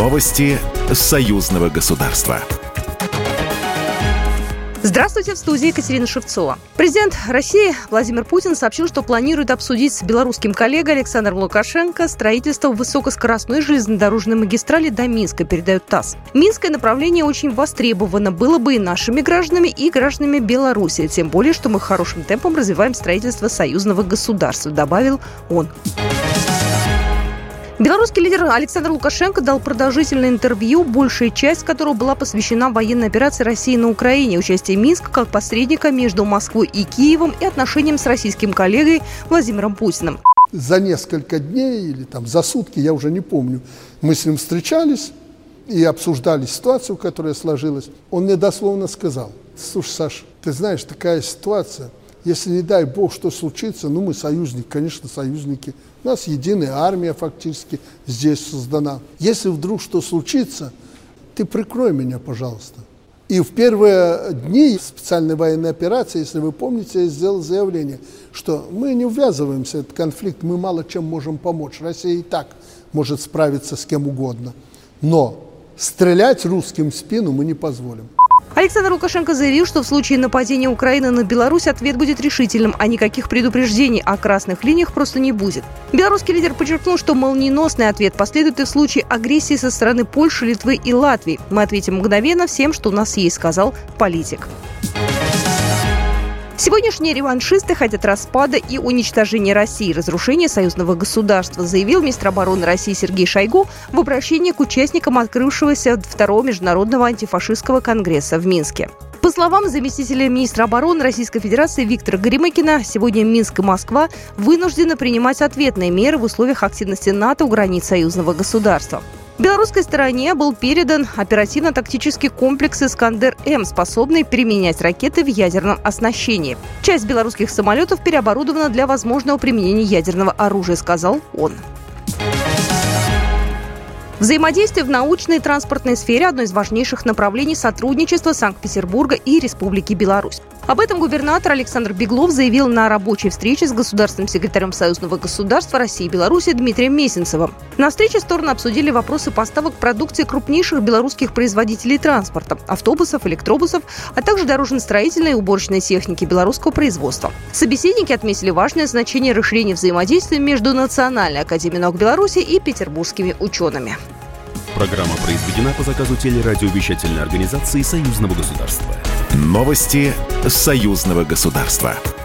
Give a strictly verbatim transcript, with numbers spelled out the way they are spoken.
Новости союзного государства. Здравствуйте, в студии Екатерина Шевцова. Президент России Владимир Путин сообщил, что планирует обсудить с белорусским коллегой Александром Лукашенко строительство высокоскоростной железнодорожной магистрали до Минска, передает ТАСС. Минское направление очень востребовано было бы и нашими гражданами, и гражданами Беларуси. Тем более, что мы хорошим темпом развиваем строительство союзного государства, добавил он. Белорусский лидер Александр Лукашенко дал продолжительное интервью, большая часть которого была посвящена военной операции России на Украине, участию Минска как посредника между Москвой и Киевом и отношениям с российским коллегой Владимиром Путиным. За несколько дней или там за сутки, я уже не помню, мы с ним встречались и обсуждали ситуацию, которая сложилась. Он мне дословно сказал: слушай, Саша, ты знаешь, такая ситуация, если, не дай бог, что случится, ну, мы союзники, конечно, союзники. У нас единая армия фактически здесь создана. Если вдруг что случится, ты прикрой меня, пожалуйста. И в первые дни специальной военной операции, если вы помните, я сделал заявление, что мы не ввязываемся в этот конфликт, мы мало чем можем помочь. Россия и так может справиться с кем угодно. Но стрелять русским в спину мы не позволим. Александр Лукашенко заявил, что в случае нападения Украины на Беларусь ответ будет решительным, а никаких предупреждений о красных линиях просто не будет. Белорусский лидер подчеркнул, что молниеносный ответ последует и в случае агрессии со стороны Польши, Литвы и Латвии. Мы ответим мгновенно всем, что у нас есть, сказал политик. Сегодняшние реваншисты хотят распада и уничтожения России, разрушения союзного государства, заявил министр обороны России Сергей Шойгу в обращении к участникам открывшегося второго международного антифашистского конгресса в Минске. По словам заместителя министра обороны Российской Федерации Виктора Горемыкина, сегодня Минск и Москва вынуждены принимать ответные меры в условиях активности НАТО у границ союзного государства. Белорусской стороне был передан оперативно-тактический комплекс «Искандер-М», способный применять ракеты в ядерном оснащении. Часть белорусских самолетов переоборудована для возможного применения ядерного оружия, сказал он. Взаимодействие в научной и транспортной сфере – одно из важнейших направлений сотрудничества Санкт-Петербурга и Республики Беларусь. Об этом губернатор Александр Беглов заявил на рабочей встрече с государственным секретарем Союзного государства России и Беларуси Дмитрием Месенцевым. На встрече стороны обсудили вопросы поставок продукции крупнейших белорусских производителей транспорта – автобусов, электробусов, а также дорожно-строительной и уборочной техники белорусского производства. Собеседники отметили важное значение расширения взаимодействия между Национальной академией наук Беларуси и петербургскими учеными. Программа произведена по заказу телерадиовещательной организации Союзного государства. Новости союзного государства.